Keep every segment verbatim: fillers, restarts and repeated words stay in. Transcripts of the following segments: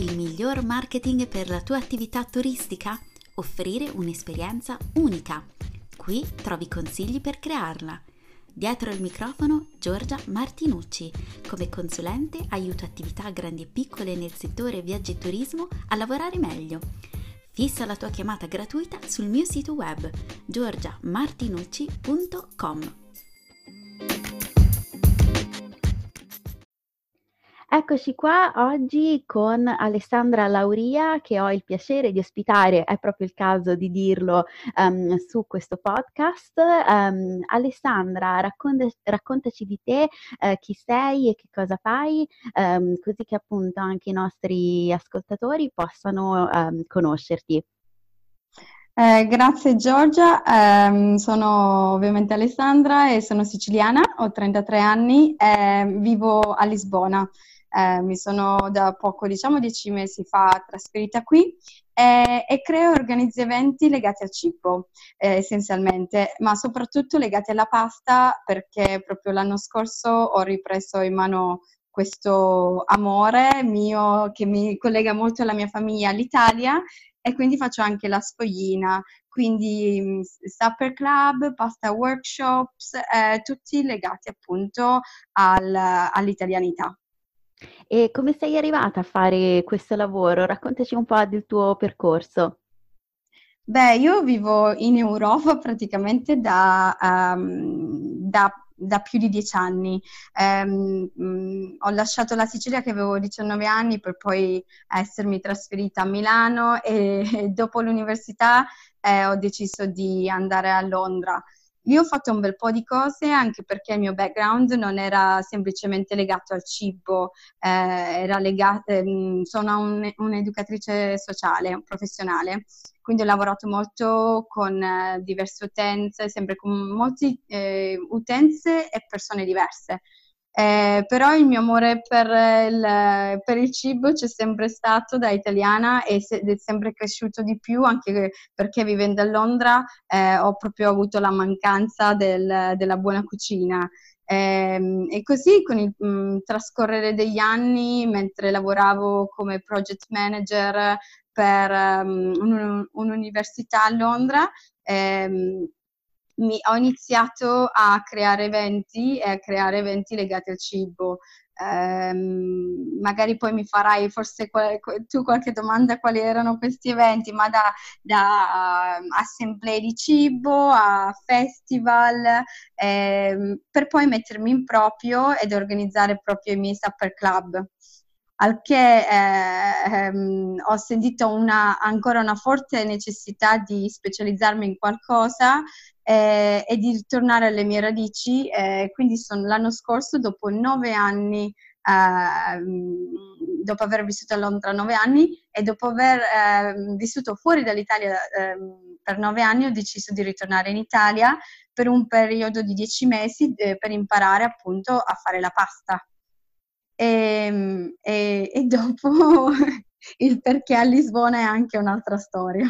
Il miglior marketing per la tua attività turistica? Offrire un'esperienza unica. Qui trovi consigli per crearla. Dietro il microfono Giorgia Martinucci. Come consulente aiuto attività grandi e piccole nel settore viaggi e turismo a lavorare meglio. Fissa la tua chiamata gratuita sul mio sito web giorgia martinucci punto com. Eccoci qua oggi con Alessandra Lauria, che ho il piacere di ospitare, è proprio il caso di dirlo, um, su questo podcast. Um, Alessandra, racconta, raccontaci di te, uh, chi sei e che cosa fai, um, così che appunto anche i nostri ascoltatori possano um, conoscerti. Eh, grazie Giorgia, eh, sono ovviamente Alessandra e sono siciliana, ho trentatré anni e vivo a Lisbona. Eh, mi sono da poco, diciamo dieci mesi fa, trasferita qui e, e creo e organizzo eventi legati al cibo, eh, essenzialmente, ma soprattutto legati alla pasta, perché proprio l'anno scorso ho ripreso in mano questo amore mio che mi collega molto alla mia famiglia, all'Italia, e quindi faccio anche la sfoglina, quindi supper club, pasta workshops, eh, tutti legati appunto al, all'italianità. E come sei arrivata a fare questo lavoro? Raccontaci un po' del tuo percorso. Beh, io vivo in Europa praticamente da, um, da, da più di dieci anni. Um, um, ho lasciato la Sicilia che avevo diciannove anni per poi essermi trasferita a Milano e, e dopo l'università eh, ho deciso di andare a Londra. Io ho fatto un bel po' di cose anche perché il mio background non era semplicemente legato al cibo, eh, era legato, ehm, sono un, un'educatrice sociale, professionale, quindi ho lavorato molto con eh, diverse utenze, sempre con molte eh, utenze e persone diverse. Eh, però il mio amore per il, per il cibo c'è sempre stato da italiana e se, ed è sempre cresciuto di più, anche perché vivendo a Londra eh, ho proprio avuto la mancanza del, della buona cucina. Eh, e così con il mh, trascorrere degli anni, mentre lavoravo come project manager per um, un, un'università a Londra, ehm, mi, ho iniziato a creare eventi e a creare eventi legati al cibo. Um, magari poi mi farai forse qual- tu qualche domanda quali erano questi eventi, ma da, da uh, assemblee di cibo a festival, ehm, per poi mettermi in proprio ed organizzare proprio i miei supper club. Al che eh, ehm, ho sentito una, ancora una forte necessità di specializzarmi in qualcosa eh, e di ritornare alle mie radici. Eh, quindi son, l'anno scorso, dopo nove anni, eh, dopo aver vissuto a Londra nove anni e dopo aver eh, vissuto fuori dall'Italia eh, per nove anni, ho deciso di ritornare in Italia per un periodo di dieci mesi eh, per imparare appunto a fare la pasta. E, e, e dopo il perché a Lisbona è anche un'altra storia.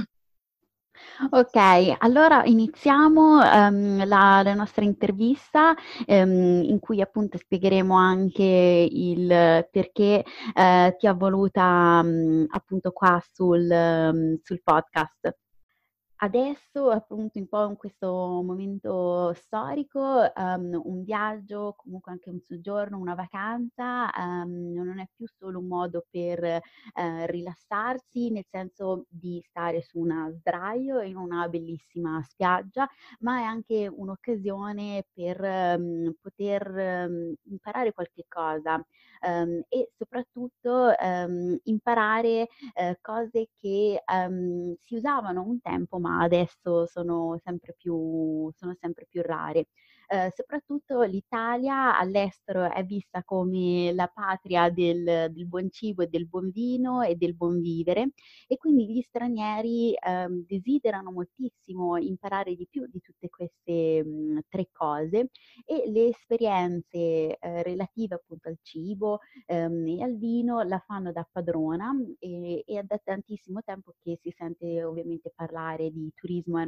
Ok, allora iniziamo um, la, la nostra intervista um, in cui appunto spiegheremo anche il perché uh, ti ha voluta um, appunto qua sul, um, sul podcast. Adesso, appunto, un po' in questo momento storico, um, un viaggio, comunque anche un soggiorno, una vacanza, um, non è più solo un modo per eh, rilassarsi, nel senso di stare su una sdraio in una bellissima spiaggia, ma è anche un'occasione per um, poter um, imparare qualche cosa um, e soprattutto um, imparare eh, cose che um, si usavano un tempo, ma adesso sono sempre più, sono sempre più rare. Eh, soprattutto l'Italia all'estero è vista come la patria del, del buon cibo e del buon vino e del buon vivere, e quindi gli stranieri ehm, desiderano moltissimo imparare di più di tutte queste mh, tre cose, e le esperienze eh, relative appunto al cibo ehm, e al vino la fanno da padrona, e, e è da tantissimo tempo che si sente ovviamente parlare di turismo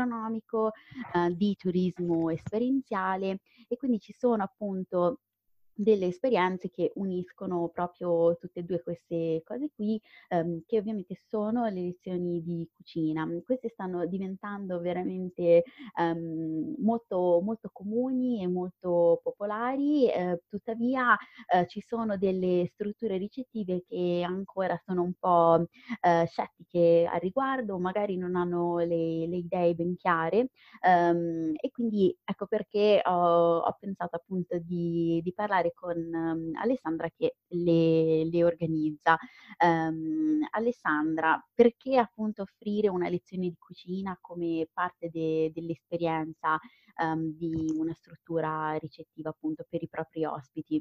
enogastronomico, eh, di turismo esperienziale, e quindi ci sono appunto delle esperienze che uniscono proprio tutte e due queste cose qui, ehm, che ovviamente sono le lezioni di cucina. Queste stanno diventando veramente ehm, molto, molto comuni e molto popolari, eh, tuttavia eh, ci sono delle strutture ricettive che ancora sono un po' eh, scettiche al riguardo, magari non hanno le, le idee ben chiare, ehm, e quindi ecco perché ho, ho pensato appunto di, di parlare con ehm, Alessandra che le, le organizza. Ehm, Alessandra, perché appunto offrire una lezione di cucina come parte de- dell'esperienza ehm, di una struttura ricettiva appunto per i propri ospiti?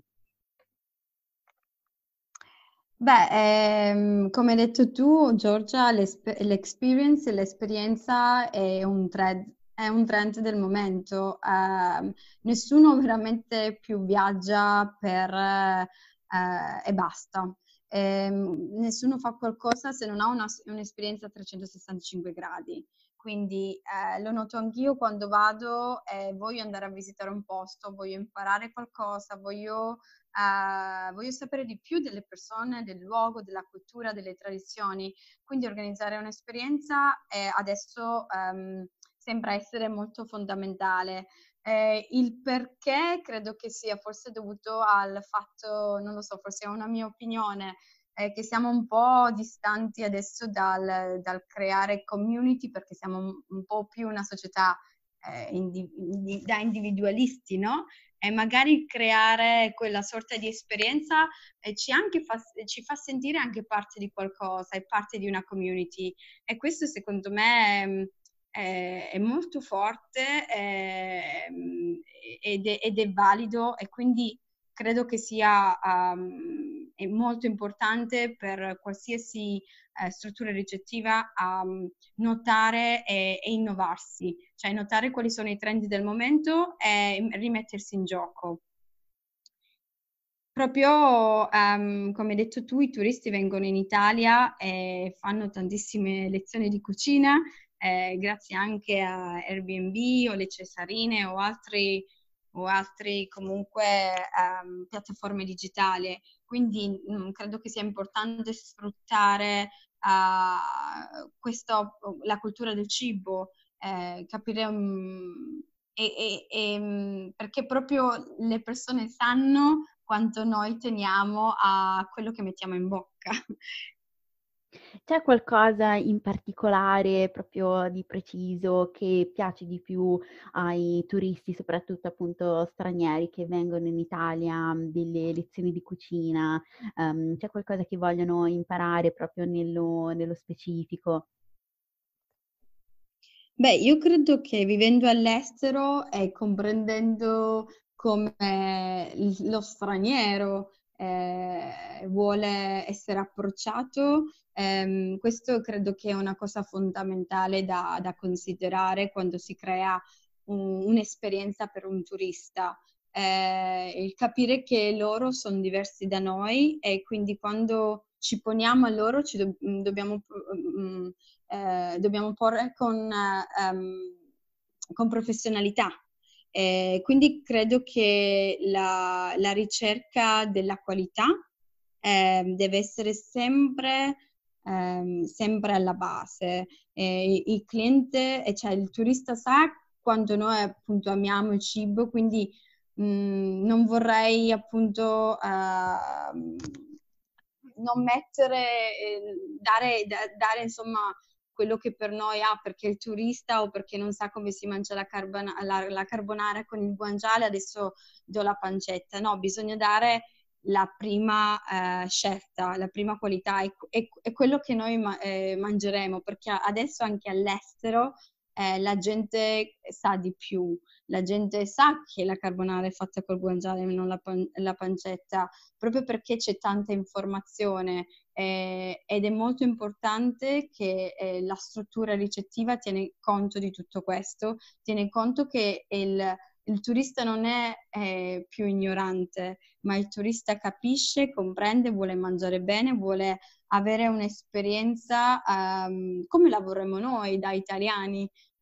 Beh, ehm, come hai detto tu, Giorgia, l'espe- l'experience, l'esperienza è un trend, è un trend del momento. Ehm, nessuno veramente più viaggia per, eh, e basta. Ehm, nessuno fa qualcosa se non ha una- un'esperienza a trecentosessantacinque gradi. Quindi eh, lo noto anch'io quando vado e voglio andare a visitare un posto, voglio imparare qualcosa, voglio Uh, voglio sapere di più delle persone, del luogo, della cultura, delle tradizioni. Quindi organizzare un'esperienza eh, adesso um, sembra essere molto fondamentale. Eh, il perché credo che sia forse dovuto al fatto, non lo so, forse è una mia opinione, eh, che siamo un po' distanti adesso dal, dal creare community perché siamo un, un po' più una società eh, indi- da individualisti, no? E magari creare quella sorta di esperienza eh, ci, anche fa, ci fa sentire anche parte di qualcosa, è parte di una community. E questo secondo me mh, è, è molto forte ehm, ed, è, ed è valido e quindi credo che sia um, è molto importante per qualsiasi eh, struttura ricettiva um, notare e, e innovarsi, cioè notare quali sono i trend del momento e rimettersi in gioco. Proprio um, come hai detto tu, i turisti vengono in Italia e fanno tantissime lezioni di cucina, eh, grazie anche a Airbnb o le Cesarine o altri, o altri comunque um, piattaforme digitali. Quindi mh, credo che sia importante sfruttare uh, questo, la cultura del cibo, eh, capire um, e, e, e, perché proprio le persone sanno quanto noi teniamo a quello che mettiamo in bocca. C'è qualcosa in particolare, proprio di preciso, che piace di più ai turisti, soprattutto appunto stranieri che vengono in Italia, mh, delle lezioni di cucina? Ehm, c'è qualcosa che vogliono imparare proprio nello, nello specifico? Beh, io credo che vivendo all'estero e comprendendo come il- lo straniero eh, vuole essere approcciato, ehm, questo credo che è una cosa fondamentale da, da considerare quando si crea un- un'esperienza per un turista. Eh, il capire che loro sono diversi da noi e quindi quando ci poniamo a loro ci do- dobbiamo mm, eh, dobbiamo porre con, ehm, con professionalità. Eh, quindi credo che la, la ricerca della qualità eh, deve essere sempre, ehm, sempre alla base. Eh, il cliente, cioè il turista sa quanto noi appunto amiamo il cibo, quindi mh, non vorrei appunto ehm, non mettere, eh, dare, da- dare insomma quello che per noi ha, perché il turista o perché non sa come si mangia la, carbona- la, la carbonara con il guanciale, adesso do la pancetta. No, bisogna dare la prima eh, scelta, la prima qualità e, e- e quello che noi ma- eh, mangeremo, perché adesso anche all'estero eh, la gente sa di più, la gente sa che la carbonara è fatta col guanciale e non la, pan- la pancetta, proprio perché c'è tanta informazione eh, ed è molto importante che eh, la struttura ricettiva tiene conto di tutto questo, tiene conto che il, il turista non è eh, più ignorante, ma il turista capisce, comprende, vuole mangiare bene, vuole avere un'esperienza um, come lavoriamo noi da italiani.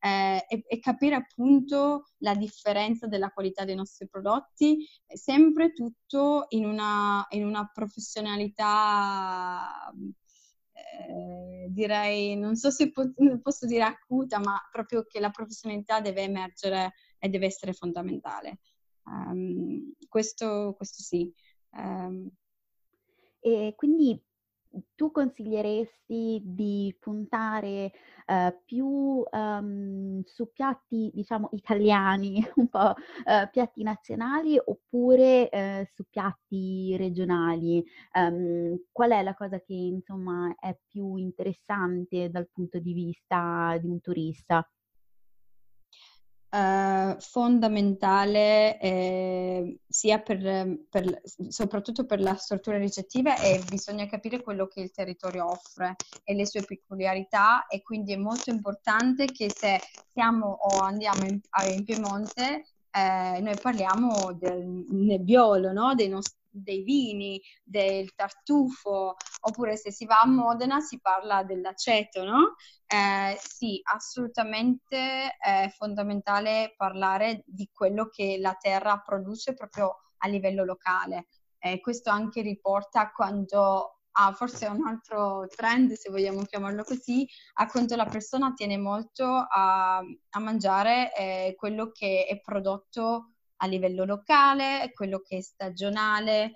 eh, e, e capire appunto la differenza della qualità dei nostri prodotti, sempre tutto in una, in una professionalità, eh, direi, non so se po- posso dire acuta, ma proprio che la professionalità deve emergere e deve essere fondamentale. Um, questo, questo sì. Um, E quindi tu consiglieresti di puntare eh, più ehm, su piatti, diciamo, italiani, un po' eh, piatti nazionali, oppure eh, su piatti regionali? Ehm, qual è la cosa che, insomma, è più interessante dal punto di vista di un turista? eh, fondamentale eh, sia per, per- soprattutto per la struttura ricettiva, e bisogna capire quello che il territorio offre e le sue peculiarità, e quindi è molto importante che se siamo o andiamo in, in Piemonte, eh, noi parliamo del Nebbiolo, no? Dei nostri dei vini, del tartufo, oppure se si va a Modena si parla dell'aceto, no? Eh, sì, assolutamente è fondamentale parlare di quello che la terra produce proprio a livello locale. Eh, questo anche riporta quando, ah, forse è un altro trend, se vogliamo chiamarlo così, a quanto la persona tiene molto a, a mangiare eh, quello che è prodotto a livello locale, quello che è stagionale.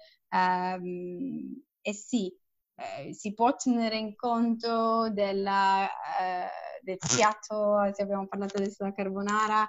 Ehm, e sì, eh, si può tenere in conto della, eh, del piatto, se abbiamo parlato adesso della carbonara,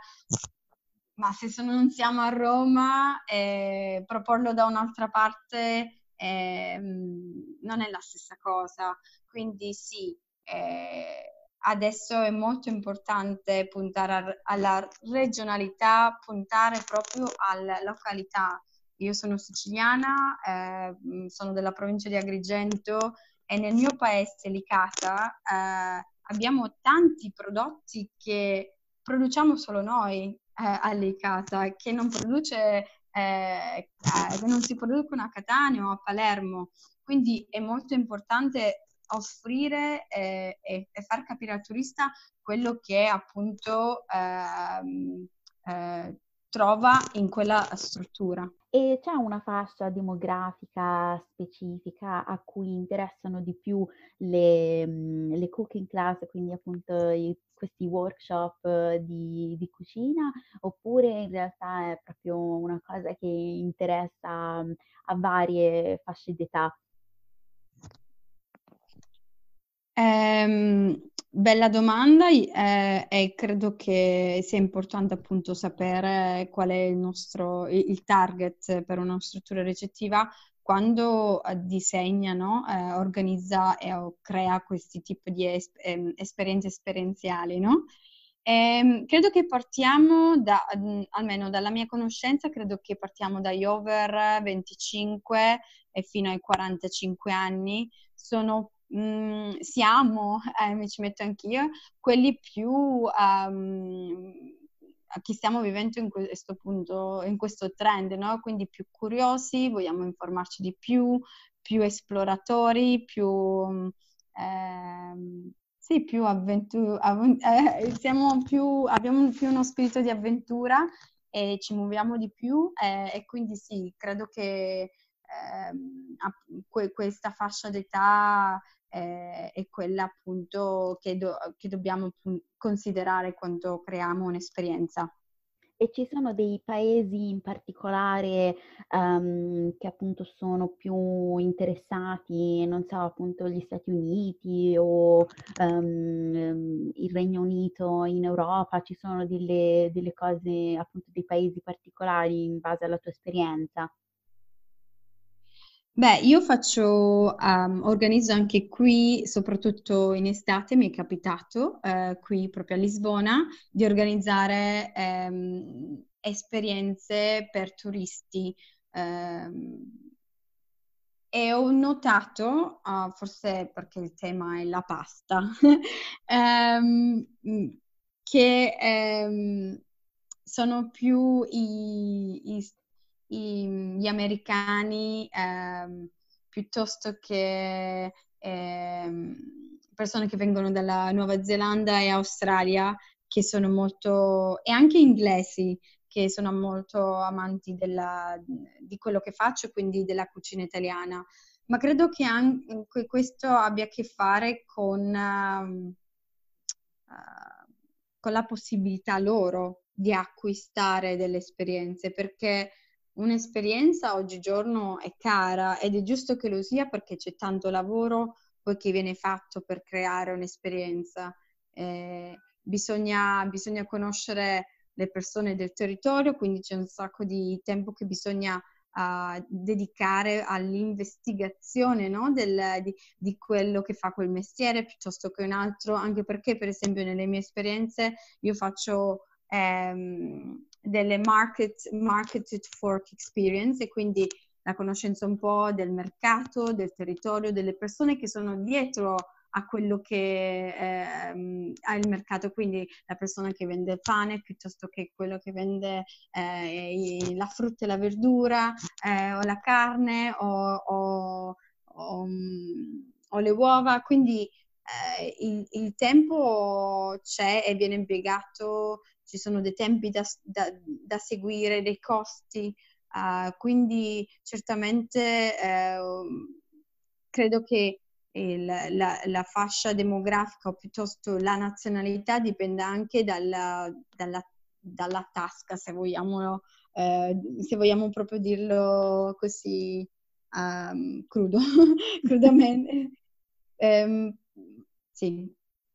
ma se sono- non siamo a Roma, eh, proporlo da un'altra parte eh, non è la stessa cosa. Quindi sì, eh, adesso è molto importante puntare a- alla regionalità, puntare proprio alla località. Io sono siciliana, eh, sono della provincia di Agrigento, e nel mio paese, Licata, eh, abbiamo tanti prodotti che produciamo solo noi eh, a Licata, che non produce, eh, eh, che non si producono a Catania o a Palermo. Quindi è molto importante offrire eh, e, e far capire al turista quello che appunto ehm, eh, trova in quella struttura. E c'è una fascia demografica specifica a cui interessano di più le, mh, le cooking class, quindi appunto i- questi workshop eh, di, di cucina, oppure in realtà è proprio una cosa che interessa mh, a varie fasce d'età? Ehm, bella domanda, i- eh, e credo che sia importante appunto sapere qual è il nostro il il target per una struttura ricettiva quando eh, disegna, no? Eh, organizza e o crea questi tipi di es- ehm, esperienze esperienziali, no? Ehm, credo che partiamo da, mm, almeno dalla mia conoscenza, credo che partiamo dagli over venticinque e fino ai quarantacinque anni. Sono mm, siamo, eh, mi ci metto anch'io, quelli più um, che stiamo vivendo in questo punto, in questo trend, no? Quindi più curiosi, vogliamo informarci di più, più esploratori, più ehm, sì, più avventura, eh, siamo più, abbiamo più uno spirito di avventura e ci muoviamo di più eh, e quindi sì, credo che ehm, a- que- questa fascia d'età eh, è quella appunto che, do- che dobbiamo appun- considerare quando creiamo un'esperienza. E ci sono dei paesi in particolare ehm, che appunto sono più interessati, non so, appunto gli Stati Uniti o ehm, il Regno Unito in Europa, ci sono delle, delle cose, appunto dei paesi particolari in base alla tua esperienza? Beh, io faccio, ehm, organizzo anche qui, soprattutto in estate, mi è capitato, eh, qui proprio a Lisbona, di organizzare ehm, esperienze per turisti. ehm, e ho notato, ah, forse perché il tema è la pasta, ehm, mh, che ehm, sono più i- i- i- gli americani ehm, piuttosto che ehm, persone che vengono dalla Nuova Zelanda e Australia che sono molto, e anche inglesi, che sono molto amanti della, di quello che faccio, quindi della cucina italiana. Ma credo che anche questo abbia a che fare con, um, uh, con la possibilità loro di acquistare delle esperienze, perché un'esperienza oggigiorno è cara ed è giusto che lo sia perché c'è tanto lavoro poi che viene fatto per creare un'esperienza. Eh, bisogna, bisogna conoscere le persone del territorio, quindi c'è un sacco di tempo che bisogna uh, dedicare all'investigazione, no? Del, di, di quello che fa quel mestiere piuttosto che un altro, anche perché per esempio nelle mie esperienze io faccio ehm, delle market, marketed fork experience e quindi la conoscenza un po' del mercato, del territorio, delle persone che sono dietro a quello che ehm, ha il mercato, quindi la persona che vende il pane piuttosto che quello che vende eh, la frutta e la verdura eh, o la carne o, o, o, o le uova, quindi eh, il, il tempo c'è e viene impiegato, ci sono dei tempi da, da, da seguire, dei costi, uh, quindi certamente eh, credo che il, la, la fascia demografica o piuttosto la nazionalità dipenda anche dalla, dalla, dalla tasca, se vogliamo, eh, se vogliamo proprio dirlo così um, crudo, crudamente. Um, sì.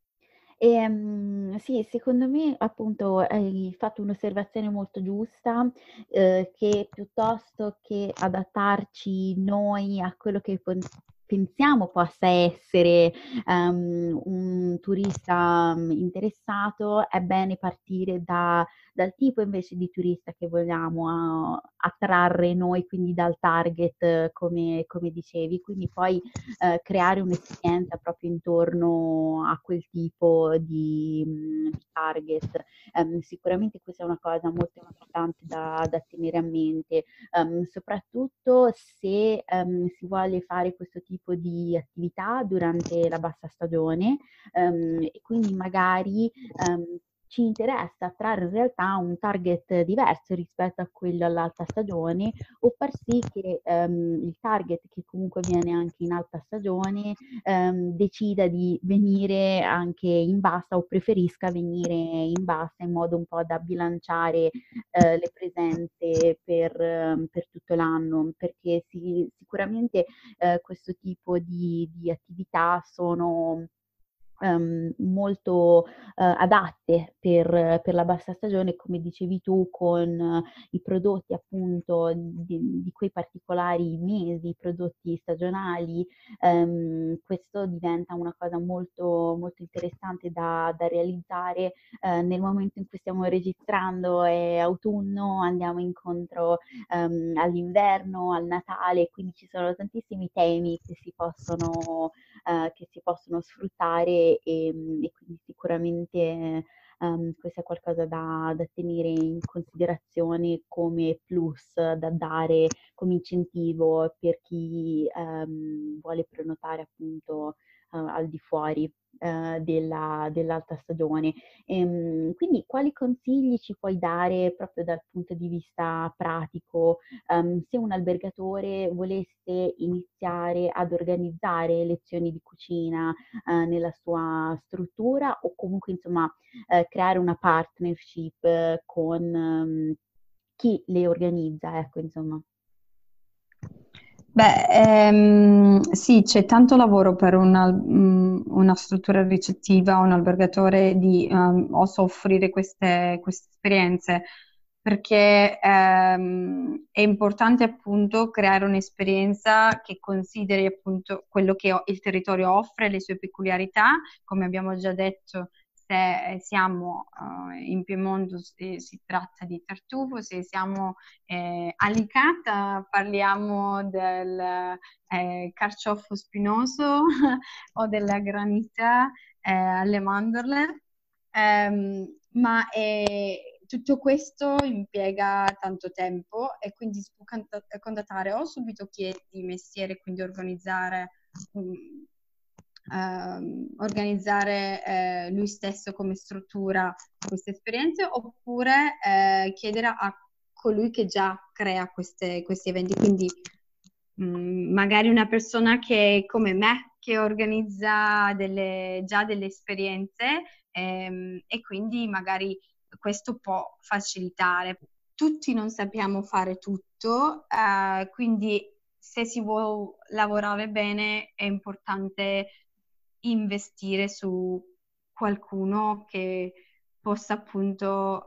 E, um, sì, secondo me appunto hai fatto un'osservazione molto giusta, eh, che piuttosto che adattarci noi a quello che pon- pensiamo possa essere um, un turista um, interessato, è bene partire da, dal tipo invece di turista che vogliamo uh, attrarre noi, quindi dal target, eh, come, come dicevi, quindi poi eh, creare un'esperienza proprio intorno a quel tipo di, mh, di target. Um, sicuramente questa è una cosa molto importante da, da tenere a mente, um, soprattutto se um, si vuole fare questo tipo di attività durante la bassa stagione um, e quindi magari um, ci interessa attrarre in realtà un target diverso rispetto a quello all'alta stagione o far sì che um, il target che comunque viene anche in alta stagione um, decida di venire anche in bassa o preferisca venire in bassa in modo un po' da bilanciare uh, le presenze per, uh, per tutto l'anno, perché si, sicuramente uh, questo tipo di, di attività sono Um, molto uh, adatte per, per la bassa stagione, come dicevi tu, con uh, i prodotti appunto di, di quei particolari mesi, i prodotti stagionali. Um, questo diventa una cosa molto, molto interessante da, da realizzare uh, nel momento in cui stiamo registrando, è autunno, andiamo incontro um, all'inverno, al Natale, quindi ci sono tantissimi temi che si possono Uh, che si possono sfruttare e, e quindi sicuramente um, questo è qualcosa da, da tenere in considerazione come plus da dare come incentivo per chi um, vuole prenotare appunto uh, al di fuori uh, della, dell'alta stagione. E, quindi quali consigli ci puoi dare proprio dal punto di vista pratico um, se un albergatore volesse iniziare ad organizzare lezioni di cucina uh, nella sua struttura o comunque insomma uh, creare una partnership uh, con um, chi le organizza, ecco insomma. Beh, ehm, sì, c'è tanto lavoro per una, mm, una struttura ricettiva, un albergatore di ehm, osa offrire queste, queste esperienze, perché ehm, è importante appunto creare un'esperienza che consideri appunto quello che o- il territorio offre, le sue peculiarità, come abbiamo già detto. Se siamo eh, in Piemonte si, si tratta di tartufo, se siamo eh, a Licata parliamo del eh, carciofo spinoso o della granita eh, alle mandorle, Ehm, ma eh, tutto questo impiega tanto tempo e quindi si può canta- contattare o subito chi è di mestiere, quindi organizzare un, ehm, organizzare eh, lui stesso come struttura queste esperienze, oppure eh, chiedere a colui che già crea queste- questi eventi. Quindi mh, magari una persona che come me, che organizza delle- già delle esperienze, ehm, e quindi magari questo può facilitare. Tutti non sappiamo fare tutto, eh, quindi se si vuole lavorare bene è importante investire su qualcuno che possa appunto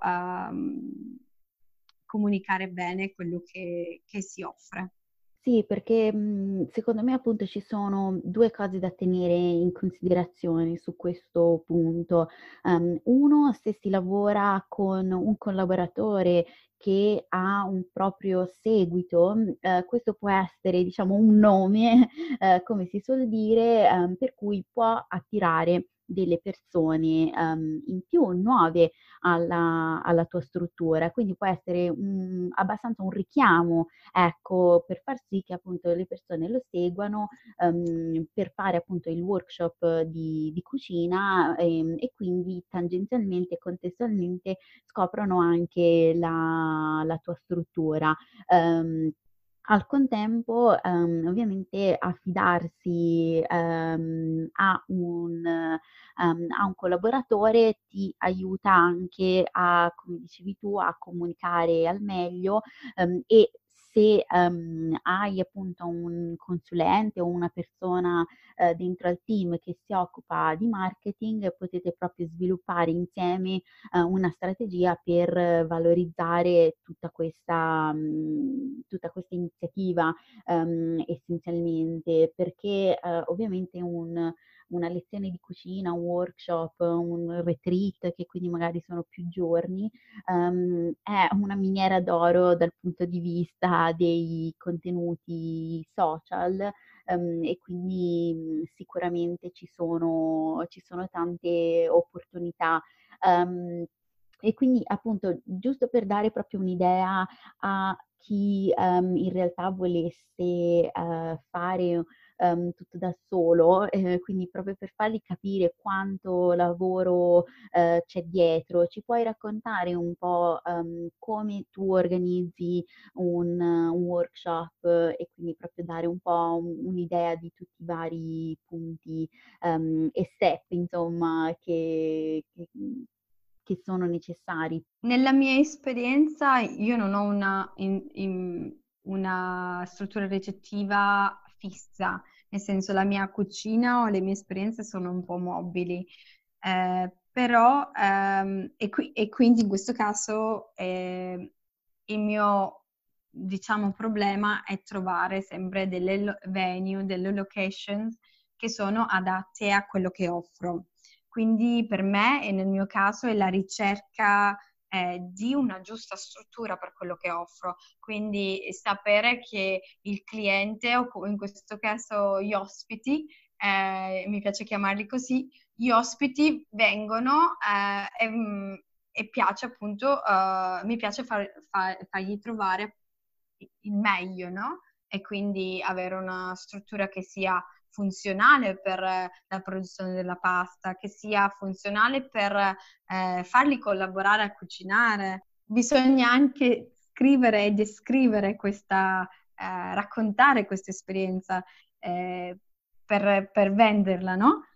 ehm, comunicare bene quello che, che si offre. Sì, perché, mhmm, secondo me appunto ci sono due cose da tenere in considerazione su questo punto. Ehm, uno, se si lavora con un collaboratore che ha un proprio seguito, mhmm, ehm, questo può essere diciamo un nome, ehm, come si suol dire, ehm, per cui può attirare delle persone, ehm, in più, nuove alla alla tua struttura. Quindi può essere un abbastanza un richiamo, ecco, per far sì che appunto le persone lo seguano, ehm, per fare appunto il workshop di di cucina, ehm, e quindi tangenzialmente, contestualmente scoprono anche la la tua struttura. Ehm, al contempo, ehm, ovviamente affidarsi, ehm, a un ehm, a un collaboratore ti aiuta anche a, come dicevi tu, a comunicare al meglio, ehm, e se, ehm, hai appunto un consulente o una persona, ehm, dentro al team che si occupa di marketing, potete proprio sviluppare insieme, ehm, una strategia per valorizzare tutta questa mhmm, tutta questa iniziativa, ehm, essenzialmente, perché, ehm, ovviamente un una lezione di cucina, un workshop, un retreat, che quindi magari sono più giorni, ehm, è una miniera d'oro dal punto di vista dei contenuti social, ehm, e quindi, mhmm, sicuramente ci sono ci sono tante opportunità. Ehm, e quindi appunto, giusto per dare proprio un'idea a chi, ehm, in realtà volesse, ehm, fare, ehm, tutto da solo, ehm, quindi proprio per fargli capire quanto lavoro, ehm, c'è dietro, ci puoi raccontare un po', ehm, come tu organizzi un un workshop eh, e quindi proprio dare un po' un un'idea di tutti i vari punti, ehm, e step insomma che che mhmm, che sono necessari? Nella mia esperienza io non ho una, in- in- una struttura ricettiva fissa, nel senso la mia cucina o le mie esperienze sono un po' mobili. Eh, però, ehm, e, qui- e quindi in questo caso eh, il mio, diciamo, problema è trovare sempre delle lo- venue, delle locations che sono adatte a quello che offro. Quindi per me e nel mio caso è la ricerca eh, di una giusta struttura per quello che offro. Quindi sapere che il cliente, o co- in questo caso gli ospiti, eh, mi piace chiamarli così, gli ospiti vengono eh, e, mm, e piace appunto, eh, mi piace far- fa- fargli trovare il meglio, no? E quindi avere una struttura che sia funzionale per eh, la produzione della pasta, che sia funzionale per eh, farli collaborare a cucinare. Bisogna anche scrivere e descrivere questa, eh, raccontare questa esperienza eh, per, per venderla, no?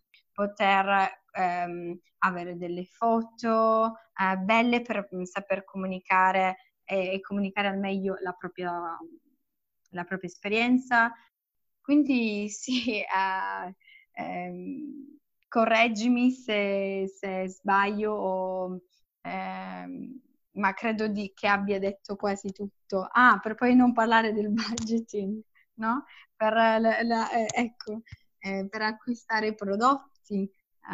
Poter ehm, avere delle foto eh, belle per mm, saper comunicare e, e comunicare al meglio la propria, la propria esperienza. Quindi sì, eh, ehm, correggimi se, se sbaglio, o, ehm, ma credo di, che abbia detto quasi tutto. Ah, per poi non parlare del budgeting, no? Per, la- la- eh, ecco, eh, per acquistare i prodotti,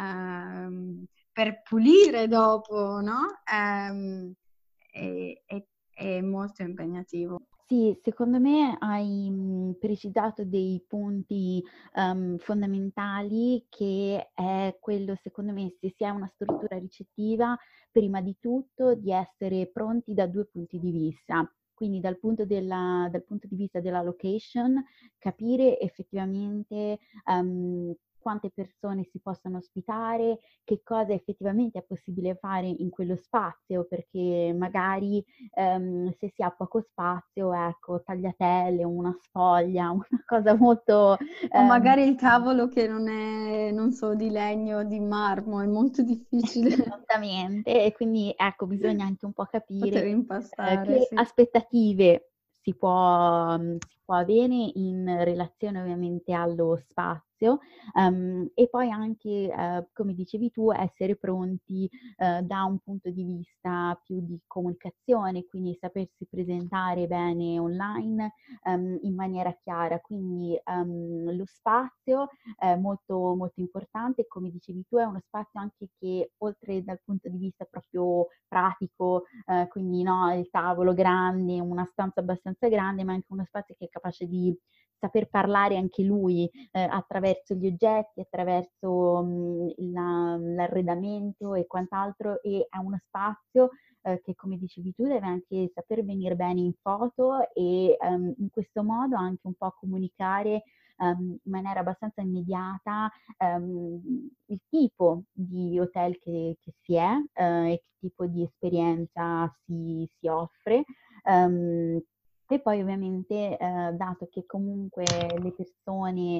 ehm, per pulire dopo, no? Ehm, è, è- è molto impegnativo. Sì, secondo me hai, mhmm, precisato dei punti, ehm, fondamentali, che è quello, secondo me, se si ha una struttura ricettiva, prima di tutto di essere pronti da due punti di vista. Quindi dal punto della dal punto di vista della location, capire effettivamente, ehm, quante persone si possono ospitare, che cosa effettivamente è possibile fare in quello spazio, perché magari ehm, se si ha poco spazio, ecco, tagliatelle, una sfoglia, una cosa molto... O ehm, magari il tavolo che non è, non so, di legno o di marmo, è molto difficile Esattamente, e quindi ecco, bisogna anche un po' poter capire eh, impastare, che sì. aspettative si può, mh, si può avere in relazione ovviamente allo spazio, ehm, e poi anche, eh, come dicevi tu, essere pronti eh, da un punto di vista più di comunicazione, quindi sapersi presentare bene online ehm, in maniera chiara. Quindi ehm, lo spazio è molto, molto importante e come dicevi tu è uno spazio anche che oltre dal punto di vista proprio pratico, eh, quindi no, il tavolo grande, una stanza abbastanza grande, ma anche uno spazio che è capace di saper parlare anche lui eh, attraverso gli oggetti, attraverso mh, la- l'arredamento e quant'altro, e è uno spazio eh, che come dicevi tu deve anche saper venire bene in foto e ehm, in questo modo anche un po' comunicare ehm, in maniera abbastanza immediata ehm, il tipo di hotel che, che si è eh, e che tipo di esperienza si, si offre. Um, e poi ovviamente, eh, dato che comunque le persone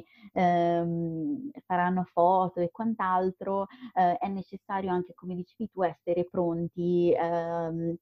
ehm, faranno foto e quant'altro, eh, è necessario anche, come dicevi tu, essere pronti ehm,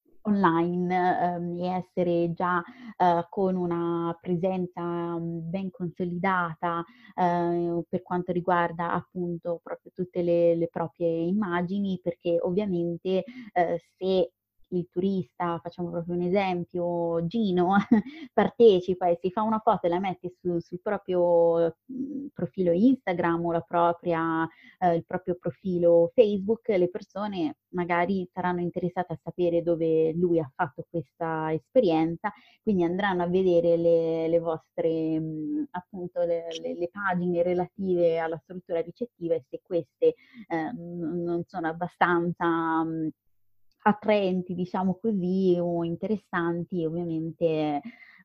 online ehm, e essere già eh, con una presenza mh, ben consolidata eh, per quanto riguarda appunto proprio tutte le, le proprie immagini, perché ovviamente eh, se il turista, facciamo proprio un esempio, Gino, partecipa e si fa una foto e la mette su- sul proprio mh, profilo Instagram o la propria, eh, il proprio profilo Facebook, le persone magari saranno interessate a sapere dove lui ha fatto questa esperienza, quindi andranno a vedere le, le vostre mh, appunto le, le- le pagine relative alla struttura ricettiva e se queste eh, n- non sono abbastanza mh, attraenti, diciamo così, o interessanti, ovviamente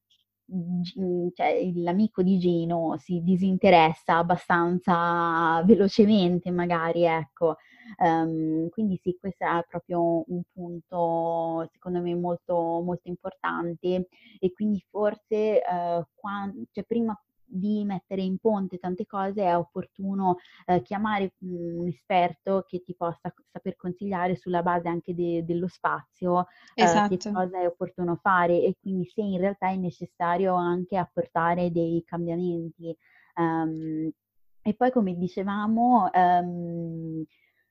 Gi- cioè, l'amico di Gino si disinteressa abbastanza velocemente, magari, ecco. Ehm, quindi sì, questo è proprio un punto, secondo me, molto, molto importante e quindi forse eh, quan- cioè, prima di mettere in ponte tante cose è opportuno eh, chiamare mh, un esperto che ti possa saper consigliare sulla base anche de- dello spazio eh, che Esatto. cosa è opportuno fare e quindi se in realtà è necessario anche apportare dei cambiamenti. Um, e poi come dicevamo, um,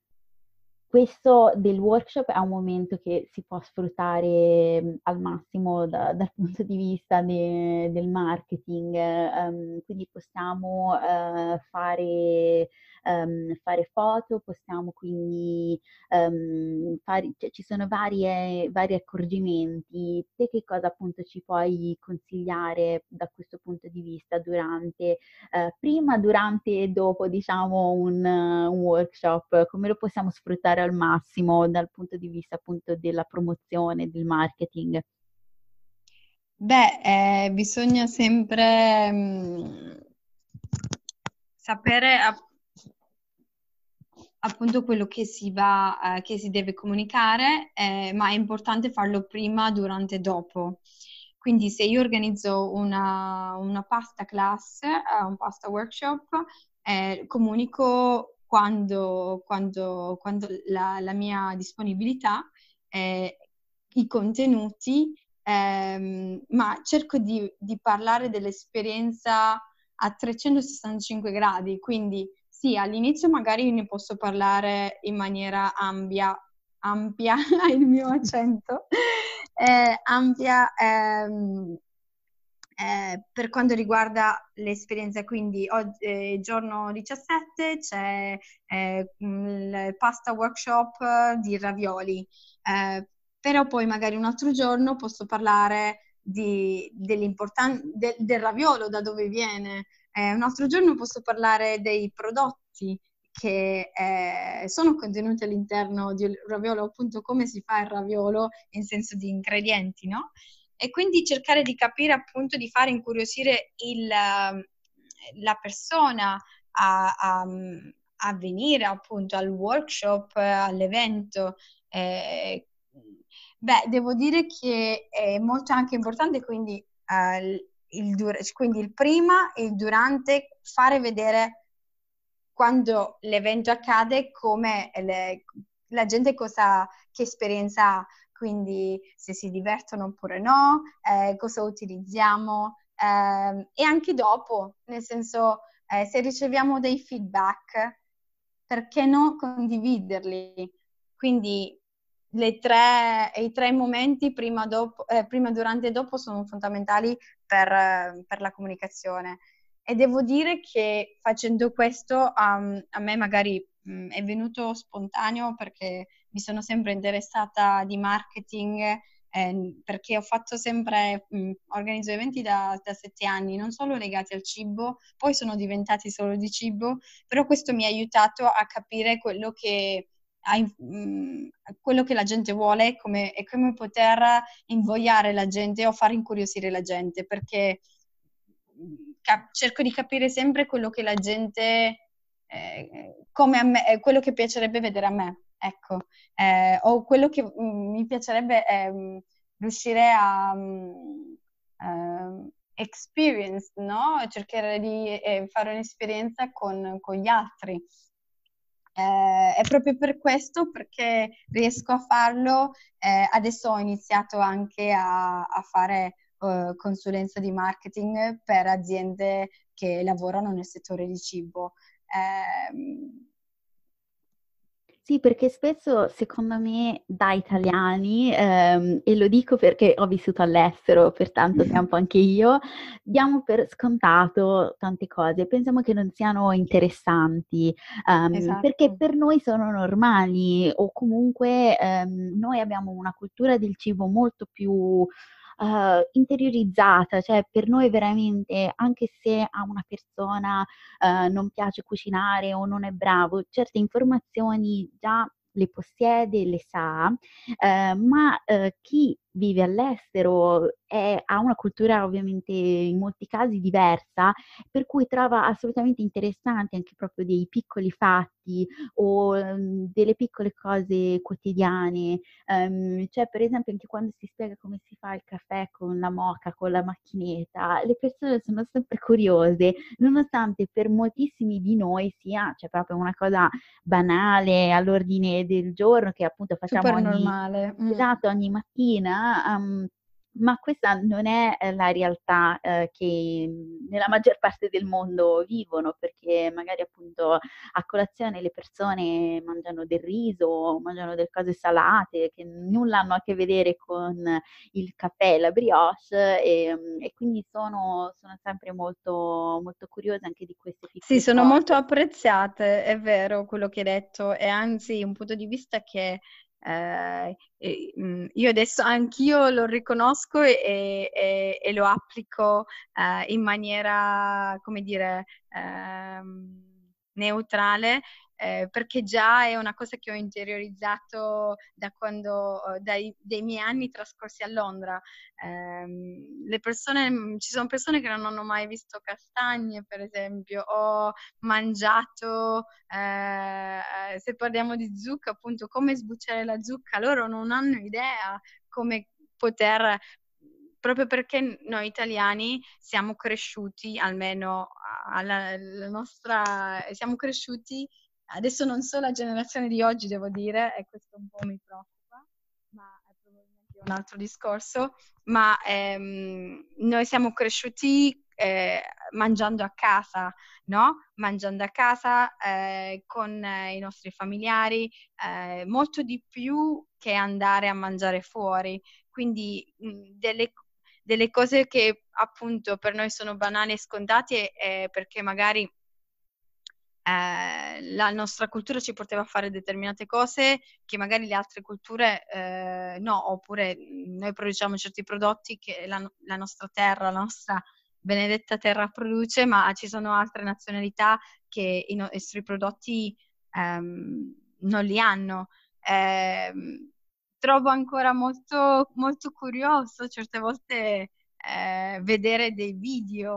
questo del workshop è un momento che si può sfruttare mh, al massimo da- dal punto di vista de- del marketing, ehm, quindi possiamo eh, fare, ehm, fare foto, possiamo quindi ehm, fare, cioè, ci sono varie, vari accorgimenti. Te che cosa appunto ci puoi consigliare da questo punto di vista durante eh, prima, durante e dopo, diciamo, un, eh, un workshop, come lo possiamo sfruttare al massimo dal punto di vista appunto della promozione, del marketing? Beh, eh, bisogna sempre mh, sapere app- appunto quello che si va, eh, che si deve comunicare, eh, ma è importante farlo prima, durante e dopo. Quindi se io organizzo una, una pasta class, eh, un pasta workshop, eh, comunico quando, quando, quando la, la mia disponibilità, eh, i contenuti, ehm, ma cerco di, di parlare dell'esperienza a trecentosessantacinque gradi, quindi sì, all'inizio magari ne posso parlare in maniera ampia, ampia, il mio accento, eh, ampia ehm, eh, per quanto riguarda l'esperienza. Quindi oggi, eh, giorno diciassette c'è eh, il pasta workshop di ravioli, eh, però poi magari un altro giorno posso parlare di, dell'importan- del, del raviolo, da dove viene. Eh, un altro giorno posso parlare dei prodotti che eh, sono contenuti all'interno del raviolo, appunto come si fa il raviolo in senso di ingredienti, no? E quindi cercare di capire, appunto, di fare incuriosire il, la persona a, a, a venire appunto al workshop, all'evento. Eh, beh, devo dire che è molto anche importante, quindi, eh, il, dur- quindi il prima e il durante, fare vedere quando l'evento accade come le- la gente cosa, che esperienza ha, quindi se si divertono oppure no, eh, cosa utilizziamo, ehm, e anche dopo, nel senso, eh, se riceviamo dei feedback, perché no condividerli? Quindi le tre, i tre momenti prima, dopo, eh, prima, durante e dopo sono fondamentali per, eh, per la comunicazione. E devo dire che facendo questo, um, a me magari mh, è venuto spontaneo, perché mi sono sempre interessata di marketing, eh, perché ho fatto sempre, mh, organizzo eventi da, da sette anni, non solo legati al cibo, poi sono diventati solo di cibo, però questo mi ha aiutato a capire quello che, a in- mh, quello che la gente vuole, come, e come poter invogliare la gente o far incuriosire la gente, perché cap- cerco di capire sempre quello che la gente, eh, come a me, eh, quello che piacerebbe vedere a me, ecco. Eh, o quello che mm, mi piacerebbe ehm, riuscire a mm, ehm, experience, no? Cercare di eh, fare un'esperienza con, con gli altri. Eh, è proprio per questo, perché riesco a farlo. Eh, adesso ho iniziato anche a, a fare eh, consulenza di marketing per aziende che lavorano nel settore di cibo. Ehm, Sì, perché spesso, secondo me, da italiani, ehm, e lo dico perché ho vissuto all'estero per tanto tempo anche io, diamo per scontato tante cose, pensiamo che non siano interessanti, ehm, perché esatto. per noi sono normali o comunque ehm, noi abbiamo una cultura del cibo molto più eh, interiorizzata, cioè per noi veramente, anche se a una persona eh, non piace cucinare o non è bravo, certe informazioni già le possiede, le sa, eh, ma eh, chi vive all'estero è- ha una cultura ovviamente in molti casi diversa, per cui trova assolutamente interessanti anche proprio dei piccoli fatti o ehm, delle piccole cose quotidiane. Ehm, cioè, per esempio, anche quando si spiega come si fa il caffè con la moka, con la macchinetta, le persone sono sempre curiose, nonostante per moltissimi di noi sia, cioè, proprio una cosa banale all'ordine del giorno che appunto facciamo Super ogni, normale. Mm. esatto, ogni mattina. ehm, ma questa non è eh, la realtà eh, che mh, nella maggior parte del mondo vivono, perché magari appunto a colazione le persone mangiano del riso, mangiano delle cose salate che nulla hanno a che vedere con il caffè e la brioche e, e quindi sono, sono sempre molto, molto curiosa anche di queste Sì, piccole sono molto cose. apprezzate, è vero quello che hai detto, e anzi un punto di vista che eh, eh, mh, io adesso anch'io lo riconosco e, e- e lo applico eh, in maniera, come dire, ehm, neutrale, eh, perché già è una cosa che ho interiorizzato da quando, eh, dai, dai miei anni trascorsi a Londra. Ehm, le persone, mh, ci sono persone che non hanno mai visto castagne, per esempio, o mangiato, eh, se parliamo di zucca, appunto, come sbucciare la zucca, loro non hanno idea come poter, proprio perché noi italiani siamo cresciuti, almeno alla, la nostra, siamo cresciuti, adesso non so la generazione di oggi, devo dire, e questo un po' mi preoccupa, ma è probabilmente un altro discorso, ma ehm, noi siamo cresciuti eh, mangiando a casa, no? Mangiando a casa eh, con eh, i nostri familiari, eh, molto di più che andare a mangiare fuori. Quindi mh, delle, delle cose che appunto per noi sono banali e scontate, eh, perché magari eh, la nostra cultura ci portava a fare determinate cose che magari le altre culture eh, no, oppure mh, noi produciamo certi prodotti che la, la nostra terra, la nostra benedetta terra produce, ma ci sono altre nazionalità che i nostri prodotti ehm, non li hanno. Ehm, trovo ancora molto, molto curioso certe volte eh, vedere dei video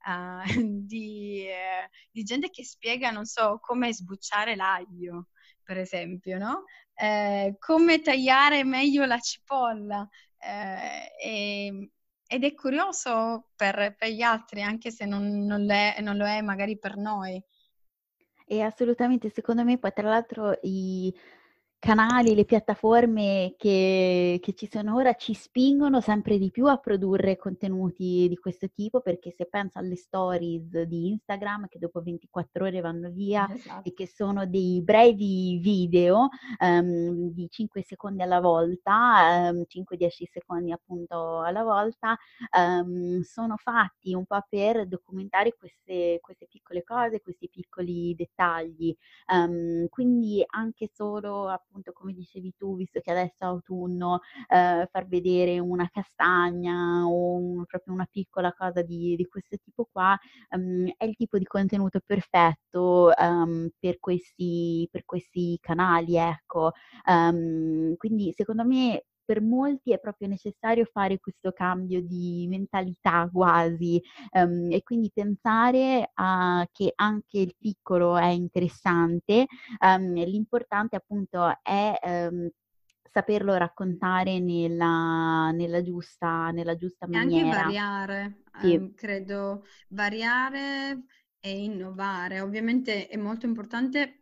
uh, di, eh, di gente che spiega, non so, come sbucciare l'aglio, per esempio, no? Eh, come tagliare meglio la cipolla. Eh, e, ed è curioso per, per gli altri, anche se non, non, l'è- non lo è magari per noi. E assolutamente, secondo me poi tra l'altro i canali, le piattaforme che, che ci sono ora ci spingono sempre di più a produrre contenuti di questo tipo, perché se penso alle stories di Instagram che dopo ventiquattro ore vanno via e Esatto. che sono dei brevi video ehm, di cinque secondi alla volta, ehm, cinque dieci secondi appunto alla volta, ehm, sono fatti un po' per documentare queste, queste piccole cose, questi piccoli dettagli. Um, quindi anche solo, appunto, come dicevi tu, visto che adesso è autunno, eh, far vedere una castagna o un- proprio una piccola cosa di, di questo tipo qua, um, è il tipo di contenuto perfetto um, per questi, per questi canali, ecco. Um, quindi secondo me per molti è proprio necessario fare questo cambio di mentalità quasi, ehm, e quindi pensare a che anche il piccolo è interessante, ehm, l'importante appunto è ehm, saperlo raccontare nella, nella giusta, nella giusta E anche maniera. variare, Sì, ehm, credo, variare e innovare. Ovviamente è molto importante,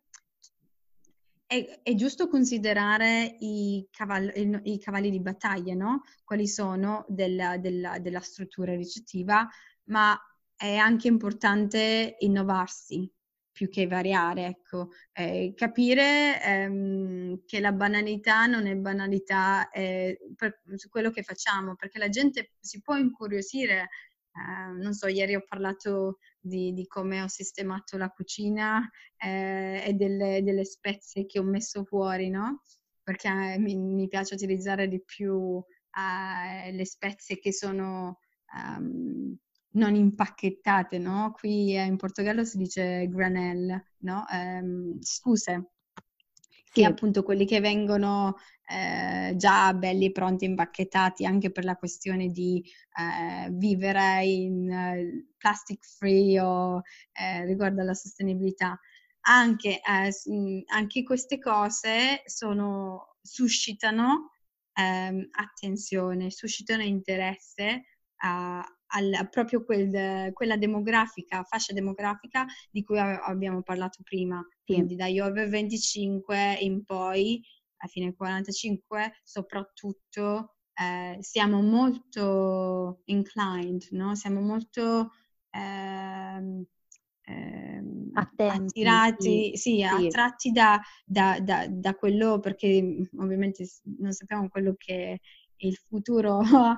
è, è giusto considerare i cavalli, i- i cavalli di battaglia, no? Quali sono della, della- della struttura ricettiva, ma è anche importante innovarsi più che variare, ecco. Eh, capire ehm, che la banalità non è banalità eh, per, su quello che facciamo, perché la gente si può incuriosire. Eh, non so, ieri ho parlato di, di come ho sistemato la cucina eh, e delle, delle spezie che ho messo fuori, no? Perché eh, mi, mi piace utilizzare di più eh, le spezie che sono ehm, non impacchettate, no? Qui eh, in Portogallo si dice granel, no? Ehm, scuse, che è sì, appunto quelli che vengono eh, già belli pronti, impacchettati anche per la questione di eh, vivere in eh, plastic free o eh, riguardo alla sostenibilità. Anche, eh, s- mh, anche queste cose sono, suscitano ehm, attenzione, suscitano interesse a, al, proprio quel, quella demografica, fascia demografica di cui a- abbiamo parlato prima, sì. quindi dagli over venticinque in poi, a fine quarantacinque, soprattutto eh, siamo molto inclined, no? Siamo molto ehm, ehm, Attenti, sì, attirati, sì, sì. attratti da, da, da, da quello, perché mh, ovviamente s- non sappiamo quello che il futuro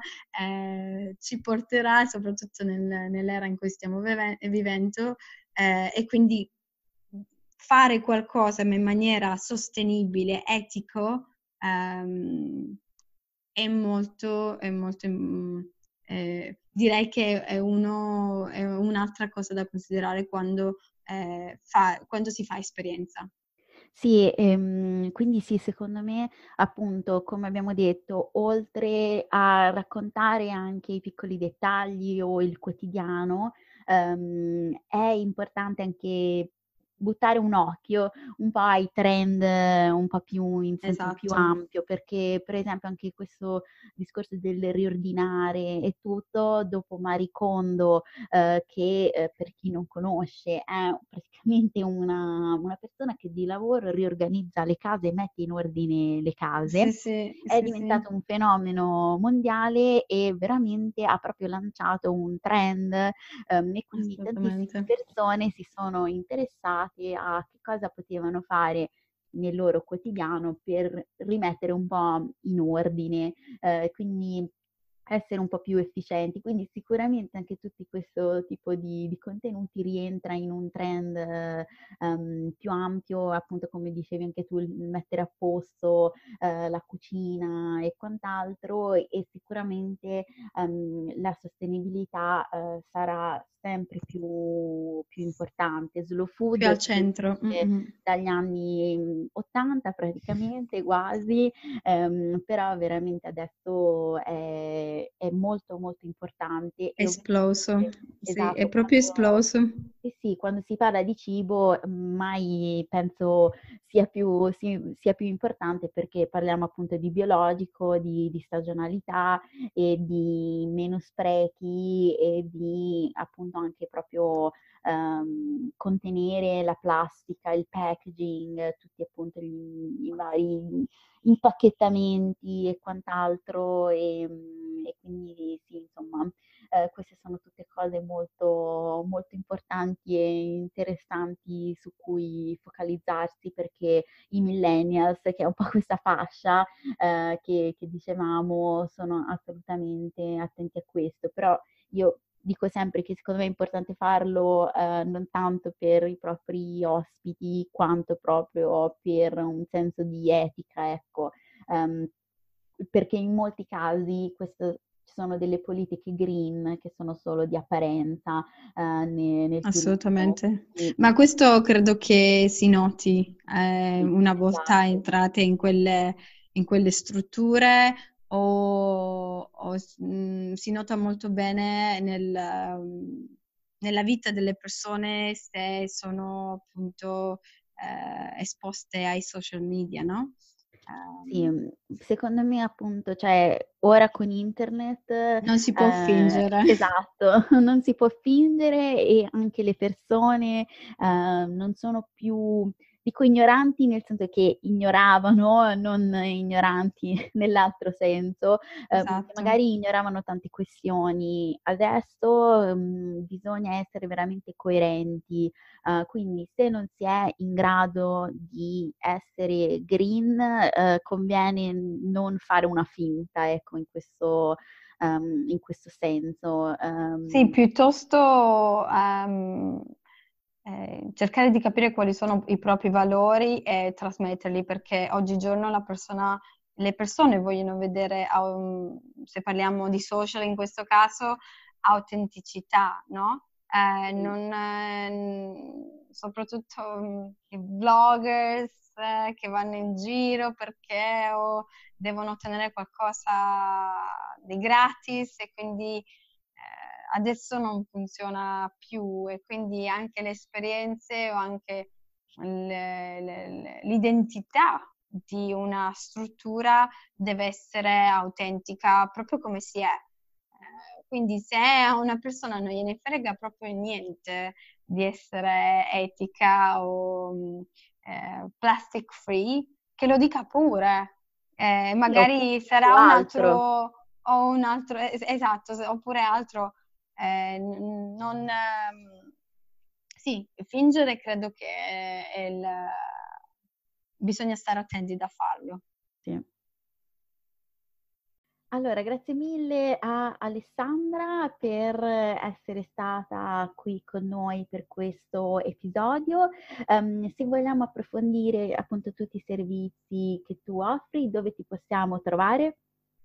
eh, ci porterà, soprattutto nel- nell'era in cui stiamo vive- vivendo, eh, e quindi fare qualcosa in maniera sostenibile, etico, ehm, è molto, è molto, mm, eh, direi che è, uno, è un'altra cosa da considerare quando, eh, fa- quando si fa esperienza. Sì, ehm, quindi sì, secondo me, appunto, come abbiamo detto, oltre a raccontare anche i piccoli dettagli o il quotidiano, ehm, è importante anche buttare un occhio un po' ai trend eh, un po' più in senso più Esatto. ampio, perché per esempio anche questo discorso del riordinare e tutto, dopo Marie Kondo, eh, che eh, per chi non conosce è praticamente una, una persona che di lavoro riorganizza le case e mette in ordine le Sì, case. sì, È sì, sì, diventato un fenomeno mondiale e veramente ha proprio lanciato un trend, ehm, e quindi tantissime assolutamente. persone si sono interessate a che cosa potevano fare nel loro quotidiano per rimettere un po' in ordine, eh, quindi essere un po' più efficienti. Quindi sicuramente anche tutti questo tipo di, di contenuti rientra in un trend eh, ehm, più ampio, appunto come dicevi anche tu, il mettere a posto eh, la cucina e quant'altro, e, e sicuramente ehm, la sostenibilità eh, sarà sempre più, più importante. Slow Più food al si centro. dice Mm-mm. dagli anni mm, ottanta praticamente quasi, ehm, però veramente adesso è, è molto molto importante e Esploso. ovviamente sì, è esatto, proprio quando, esploso. sì, sì, quando si parla di cibo mai penso sia più, si- sia più importante perché parliamo appunto di biologico, di, di stagionalità e di meno sprechi e di appunto anche proprio ehm, contenere la plastica, il packaging, tutti appunto gli- i vari impacchettamenti e quant'altro e, e quindi sì, insomma, eh, queste sono tutte cose molto, molto importanti e interessanti su cui focalizzarsi perché i millennials, che è un po' questa fascia eh, che, che dicevamo, sono assolutamente attenti a questo, però io dico sempre che secondo me è importante farlo eh, non tanto per i propri ospiti quanto proprio per un senso di etica, ecco. Ehm, perché in molti casi questo, ci sono delle politiche green che sono solo di apparenza eh, ne- nel turismo. Assolutamente. Quindi, Ma questo credo che si noti eh, sì, una volta esatto. entrate in quelle, in quelle strutture o, o, mh, si nota molto bene nel, um, nella vita delle persone se sono appunto eh, esposte ai social media, no? Sì, Ehm, mhmm, secondo me appunto, cioè ora con internet, non si può ehm fingere. esatto, non si può fingere e anche le persone, ehm, non sono più dico ignoranti nel senso che ignoravano, non ignoranti nell'altro senso, ehm, che Esatto. magari ignoravano tante questioni. Adesso, mhmm, bisogna essere veramente coerenti. Uh, quindi se non si è in grado di essere green, uh, conviene non fare una finta, ecco, in questo, um, in questo senso. Sì, Um, piuttosto ehm, eh, cercare di capire quali sono i propri valori e trasmetterli, perché oggigiorno la persona, le persone vogliono vedere, um, se parliamo di social in questo caso, autenticità, no? Eh, sì, non, eh, soprattutto mm, i vloggers eh, che vanno in giro perché o devono ottenere qualcosa di gratis e quindi eh, adesso non funziona più e quindi anche le esperienze o anche le- le- l'identità di una struttura deve essere autentica proprio come si è. Eh, Quindi se a una persona non gliene frega proprio niente di essere etica o mh, eh, plastic free, che lo dica pure. Eh, sì, oppure magari più sarà un altro. altro o un altro, es- esatto, se- oppure altro, eh, n- non, ehm, sì, fingere credo che è il, bisogna stare attenti da farlo. Sì. Allora, grazie mille a Alessandra per essere stata qui con noi per questo episodio. Ehm, se vogliamo approfondire appunto tutti i servizi che tu offri, dove ti possiamo trovare?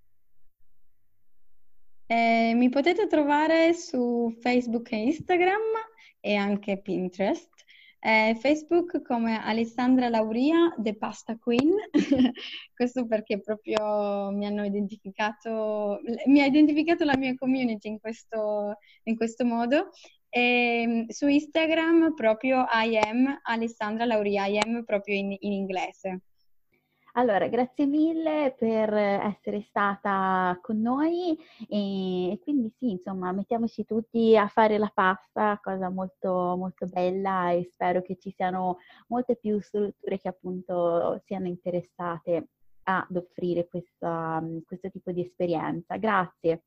Eh, mi potete trovare su Facebook e Instagram e anche Pinterest. Eh, Facebook come Alessandra Lauria, The Pasta Queen, questo perché proprio mi hanno identificato, mi ha identificato la mia community in questo, in questo modo. E, su Instagram proprio I am Alessandra Lauria, I am proprio in, in inglese. Allora, grazie mille per essere stata con noi e quindi sì, insomma, mettiamoci tutti a fare la pasta, cosa molto, molto bella e spero che ci siano molte più strutture che appunto siano interessate ad offrire questa, questo tipo di esperienza. Grazie.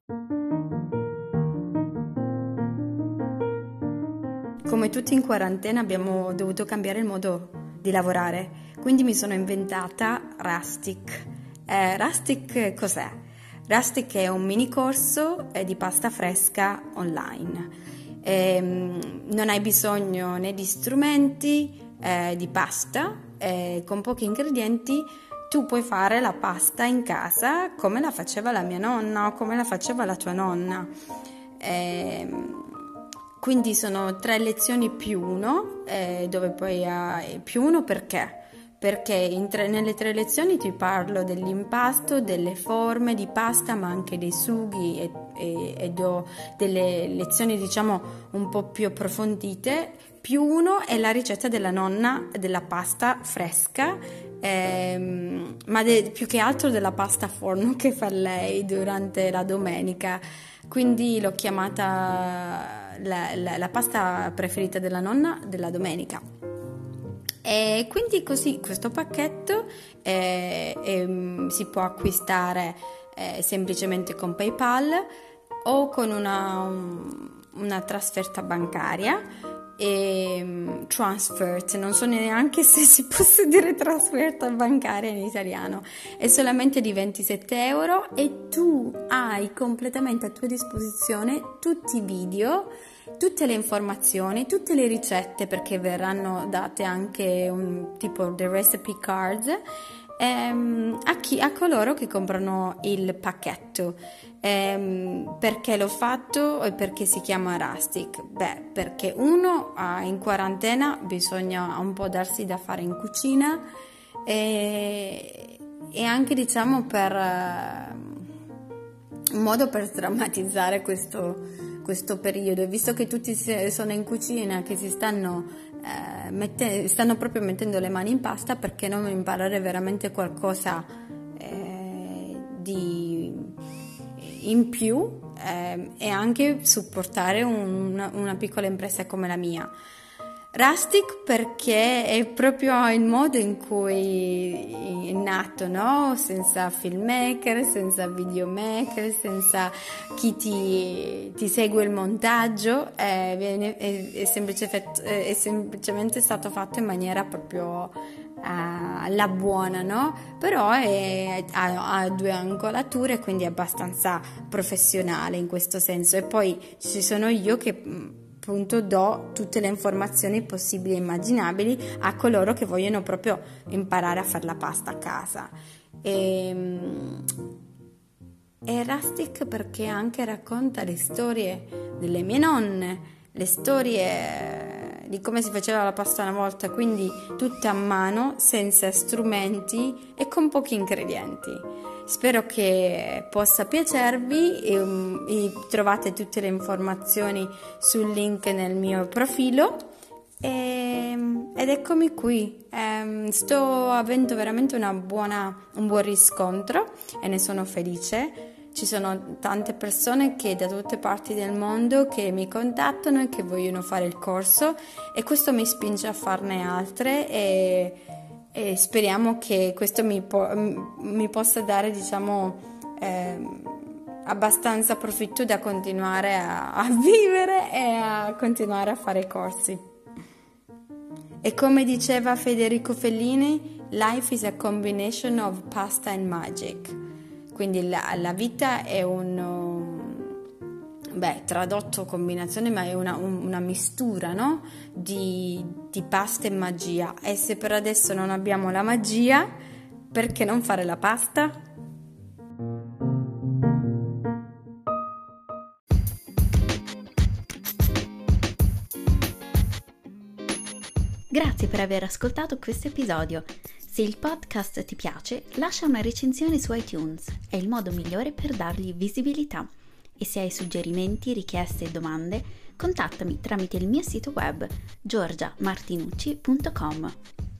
Come tutti in quarantena abbiamo dovuto cambiare il modo di lavorare, quindi mi sono inventata Rustic. Eh, Rustic cos'è? Rustic è un mini corso eh, di pasta fresca online. Ehm, non hai bisogno né di strumenti eh, di pasta, eh, con pochi ingredienti tu puoi fare la pasta in casa come la faceva la mia nonna o come la faceva la tua nonna. Ehm, quindi sono tre lezioni più uno, eh, dove poi hai più uno perché? perché in tre, nelle tre lezioni ti parlo dell'impasto, delle forme di pasta, ma anche dei sughi e, e, e do delle lezioni diciamo un po' più approfondite. Più uno è la ricetta della nonna della pasta fresca, ehm, ma de, più che altro della pasta a forno che fa lei durante la domenica. Quindi l'ho chiamata la, la, la pasta preferita della nonna della domenica. E quindi così questo pacchetto eh, eh, si può acquistare eh, semplicemente con PayPal o con una, una trasferta bancaria e transfert, non so neanche se si possa dire trasferta bancaria in italiano, è solamente di ventisette euro e tu hai completamente a tua disposizione tutti i video, tutte le informazioni, tutte le ricette, perché verranno date anche un tipo di recipe cards ehm, a, chi, a coloro che comprano il pacchetto. Ehm, perché l'ho fatto e perché si chiama Rustic? Beh, perché uno in quarantena bisogna un po' darsi da fare in cucina e, e anche diciamo per un modo per sdrammatizzare questo questo periodo, e visto che tutti sono in cucina, che si stanno eh, mette, stanno proprio mettendo le mani in pasta, perché non imparare veramente qualcosa eh, di in più eh, e anche supportare un, una, una piccola impresa come la mia. Rustic perché è proprio il modo in cui è nato, no? Senza filmmaker, senza videomaker, senza chi ti, ti segue il montaggio, è, viene, è, è, semplice, è semplicemente stato fatto in maniera proprio alla uh, buona, no? Però è, ha, ha due angolature, quindi è abbastanza professionale in questo senso. E poi ci sono io che appunto do tutte le informazioni possibili e immaginabili a coloro che vogliono proprio imparare a fare la pasta a casa. E, e Rustic perché anche racconta le storie delle mie nonne, le storie di come si faceva la pasta una volta, quindi tutte a mano, senza strumenti e con pochi ingredienti. Spero che possa piacervi e, um, e trovate tutte le informazioni sul link nel mio profilo e, ed eccomi qui. Um, sto avendo veramente una buona, un buon riscontro e ne sono felice. Ci sono tante persone che da tutte parti del mondo che mi contattano e che vogliono fare il corso, e questo mi spinge a farne altre e E speriamo che questo mi, po- mi possa dare, diciamo, eh, abbastanza profitto da continuare a, a vivere e a continuare a fare corsi. E come diceva Federico Fellini, life is a combination of pasta and magic. Quindi la, la vita è un... Beh, tradotto combinazione, ma è una, un, una mistura, no? Di, di pasta e magia. E se per adesso non abbiamo la magia, perché non fare la pasta? Grazie per aver ascoltato questo episodio. Se il podcast ti piace, lascia una recensione su iTunes. È il modo migliore per dargli visibilità. E se hai suggerimenti, richieste e domande, contattami tramite il mio sito web giorgia martinucci punto com.